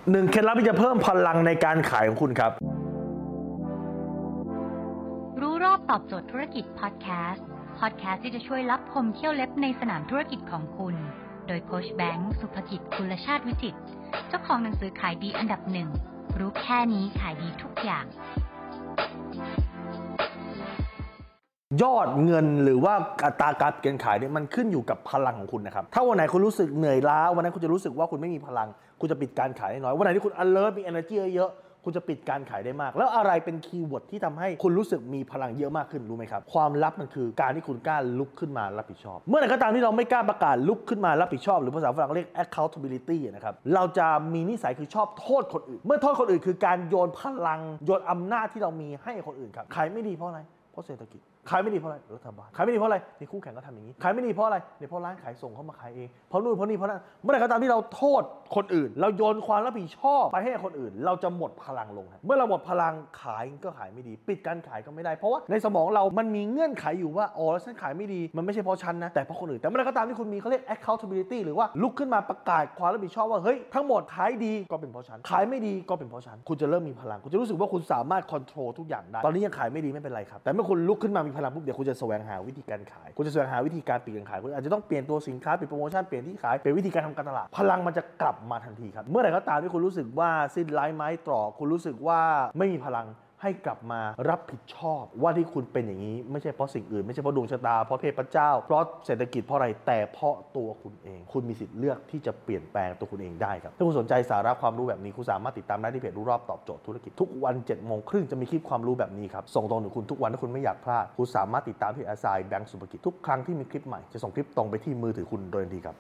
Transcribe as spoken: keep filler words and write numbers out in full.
หนึ่งเคล็ดลับที่จะเพิ่มพลังในการขายของคุณครับรู้รอบตอบโจทย์ธุรกิจพอดแคสต์พอดแคสต์ที่จะช่วยลับคมเที่ยวเล็บในสนามธุรกิจของคุณโดยโค้ชแบงค์สุภกิจกุลชาติวิจิตรเจ้าของหนังสือขายดีอันดับหนึ่งรู้แค่นี้ขายดีทุกอย่างยอดเงินหรือว่าอัตราการเก็งขายเนี่ยมันขึ้นอยู่กับพลังของคุณนะครับถ้าวันไหนคุณรู้สึกเหนื่อยล้าวันนั้นคุณจะรู้สึกว่าคุณไม่มีพลังคุณจะปิดการขายได้น้อยวันไหนที่คุณ alert มี energy เยอะๆคุณจะปิดการขายได้มากแล้วอะไรเป็นคีย์เวิร์ดที่ทำให้คุณรู้สึกมีพลังเยอะมากขึ้นรู้ไหมครับความลับมันคือการที่คุณกล้าลุกขึ้นมารับผิดชอบเมื่อไหร่ก็ตามที่เราไม่กล้าประกาศลุกขึ้นมารับผิดชอบหรือภาษาฝรั่งเรียก accountability นะครับเราจะมีนิสัยคือชอบโทษคนอื่นเมื่อโทษคนอื่นคือการโยนพลังโยนอำนาจที่เรามีให้คนอื่นครับขายไม่ดีเพราะอะไรเพราะเศรษฐกิจขายไม่ดีเพราะอะไรรัฐบาลขายไม่ดีเพราะอะไรในคู่แข่งก็ทำอย่างนี้ขายไม่ดีเพราะอะไรในเพราะร้านขายส่งเข้ามาขายเองเพราะนู่นเพราะนี่เพราะนั่นเมื่อไหร่ก็ตามที่เราโทษคนอื่นเราโยนความรับผิดชอบไปให้คนอื่นเราจะหมดพลังลงเมื่อเราหมดพลังขายก็ขายไม่ดีปิดการขายก็ไม่ได้เพราะว่าในสมองเรามันมีเงื่อนไขอยู่ว่าอ๋อฉันขายไม่ดีมันไม่ใช่เพราะฉันนะแต่เพราะคนอื่นแต่เมื่อไหร่ก็ตามที่คุณมีเขาเรียก accountability หรือว่าลุกขึ้นมาประกาศความรับผิดชอบว่าเฮ้ยทั้งหมดขายดีก็เป็นเพราะฉันขายไม่ดีก็เป็นเพราะฉันคุณจะเริ่มมีพลังคุณจะรู้สึกว่าคุณสามารถ control ทุกอย่างได้ตอนนี้ยังขายไม่ดีไม่เป็นไรครับแต่เมื่อคุณลุกขึ้นมามีพลังปุ๊บเดี๋ยวคุณจะแสวงหาวิธีการขายคุณจะแสวงหาวิธีการปิดการขายคุณอาจจะต้องเปลี่ยนตัวสินค้าเปลี่ยนโปรโมชั่นเปลี่ยนที่ขายเปลี่ยนวิธีการทำการตลาดพลังมันจะกลับมาทันทีครับเมื่อไหร่ก็ตามที่คุณรู้สึกว่าสิ้นไร้ไม้ตรอกคุณรู้สึกว่าไม่มีพลังให้กลับมารับผิดชอบว่าที่คุณเป็นอย่างนี้ไม่ใช่เพราะสิ่งอื่นไม่ใช่เพราะดวงชะตาเพราะเทพเจ้าเพราะเศรษฐกิจเพราะอะไรแต่เพราะตัวคุณเองคุณมีสิทธิ์เลือกที่จะเปลี่ยนแปลงตัวคุณเองได้ครับถ้าคุณสนใจสาระความรู้แบบนี้คุณสามารถติดตามได้ที่เพจรู้รอบตอบโจทย์ธุรกิจทุกวันเจ็ดโมงครึ่งจะมีคลิปความรู้แบบนี้ครับส่งตรงถึงคุณทุกวันถ้าคุณไม่อยากพลาดคุณสามารถติดตามที่อาซายแบงก์สุภกิจทุกครั้งที่มีคลิปใหม่จะส่งคลิปตรงไปที่มือถือคุณโดยทันทีครับ